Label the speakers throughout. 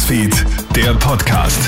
Speaker 1: Newsfeed, der Podcast.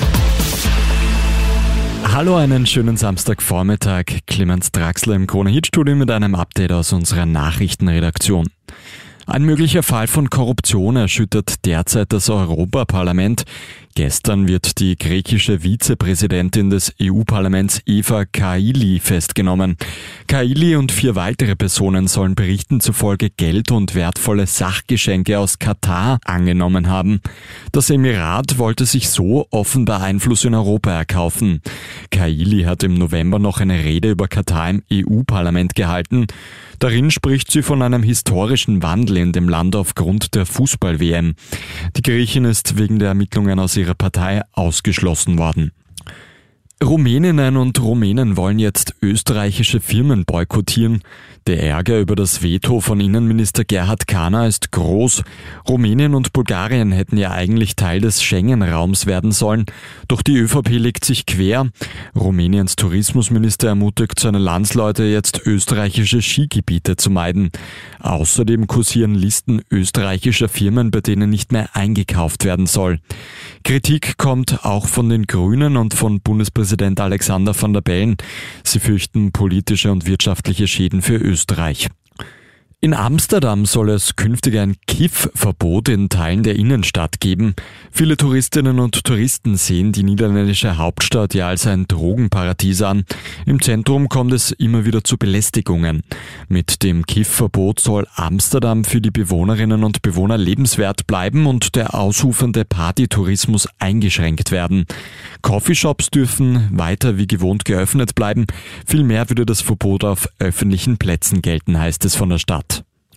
Speaker 2: Hallo, einen schönen Samstagvormittag. Clemens Draxler im Krone-Hit-Studio mit einem Update aus unserer Nachrichtenredaktion. Ein möglicher Fall von Korruption erschüttert derzeit das Europaparlament. Gestern wird die griechische Vizepräsidentin des EU-Parlaments Eva Kaili festgenommen. Kaili und 4 weitere Personen sollen Berichten zufolge Geld und wertvolle Sachgeschenke aus Katar angenommen haben. Das Emirat wollte sich so offenbar Einfluss in Europa erkaufen. Kaili hat im November noch eine Rede über Katar im EU-Parlament gehalten. Darin spricht sie von einem historischen Wandel in dem Land aufgrund der Fußball-WM. Die Griechin ist wegen der Ermittlungen aus ihrer Partei ausgeschlossen worden. Rumäninnen und Rumänen wollen jetzt österreichische Firmen boykottieren. Der Ärger über das Veto von Innenminister Gerhard Kahner ist groß. Rumänien und Bulgarien hätten ja eigentlich Teil des Schengen-Raums werden sollen, doch die ÖVP legt sich quer. Rumäniens Tourismusminister ermutigt seine Landsleute jetzt, österreichische Skigebiete zu meiden. Außerdem kursieren Listen österreichischer Firmen, bei denen nicht mehr eingekauft werden soll. Kritik kommt auch von den Grünen und von Bundespräsident Alexander Van der Bellen. Sie fürchten politische und wirtschaftliche Schäden für Österreich. In Amsterdam soll es künftig ein Kiffverbot in Teilen der Innenstadt geben. Viele Touristinnen und Touristen sehen die niederländische Hauptstadt ja als ein Drogenparadies an. Im Zentrum kommt es immer wieder zu Belästigungen. Mit dem Kiffverbot soll Amsterdam für die Bewohnerinnen und Bewohner lebenswert bleiben und der ausufernde Partytourismus eingeschränkt werden. Coffeeshops dürfen weiter wie gewohnt geöffnet bleiben. Vielmehr würde das Verbot auf öffentlichen Plätzen gelten, heißt es von der Stadt.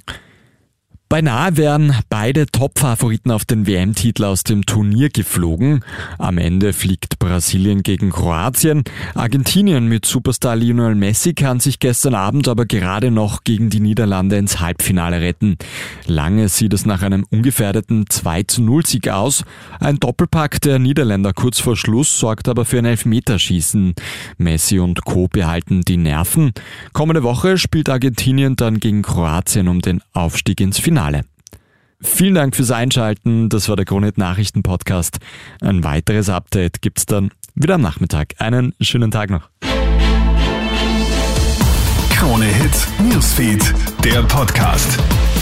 Speaker 2: Beinahe wären beide Top-Favoriten auf den WM-Titel aus dem Turnier geflogen. Am Ende fliegt Brasilien gegen Kroatien. Argentinien mit Superstar Lionel Messi kann sich gestern Abend aber gerade noch gegen die Niederlande ins Halbfinale retten. Lange sieht es nach einem ungefährdeten 2:0-Sieg aus. Ein Doppelpack der Niederländer kurz vor Schluss sorgt aber für ein Elfmeterschießen. Messi und Co. behalten die Nerven. Kommende Woche spielt Argentinien dann gegen Kroatien um den Aufstieg ins Finale. Vielen Dank fürs Einschalten, das war der Krone-Hit Nachrichten-Podcast. Ein weiteres Update gibt's dann wieder am Nachmittag. Einen schönen Tag noch.
Speaker 1: Krone-Hit Newsfeed, der Podcast.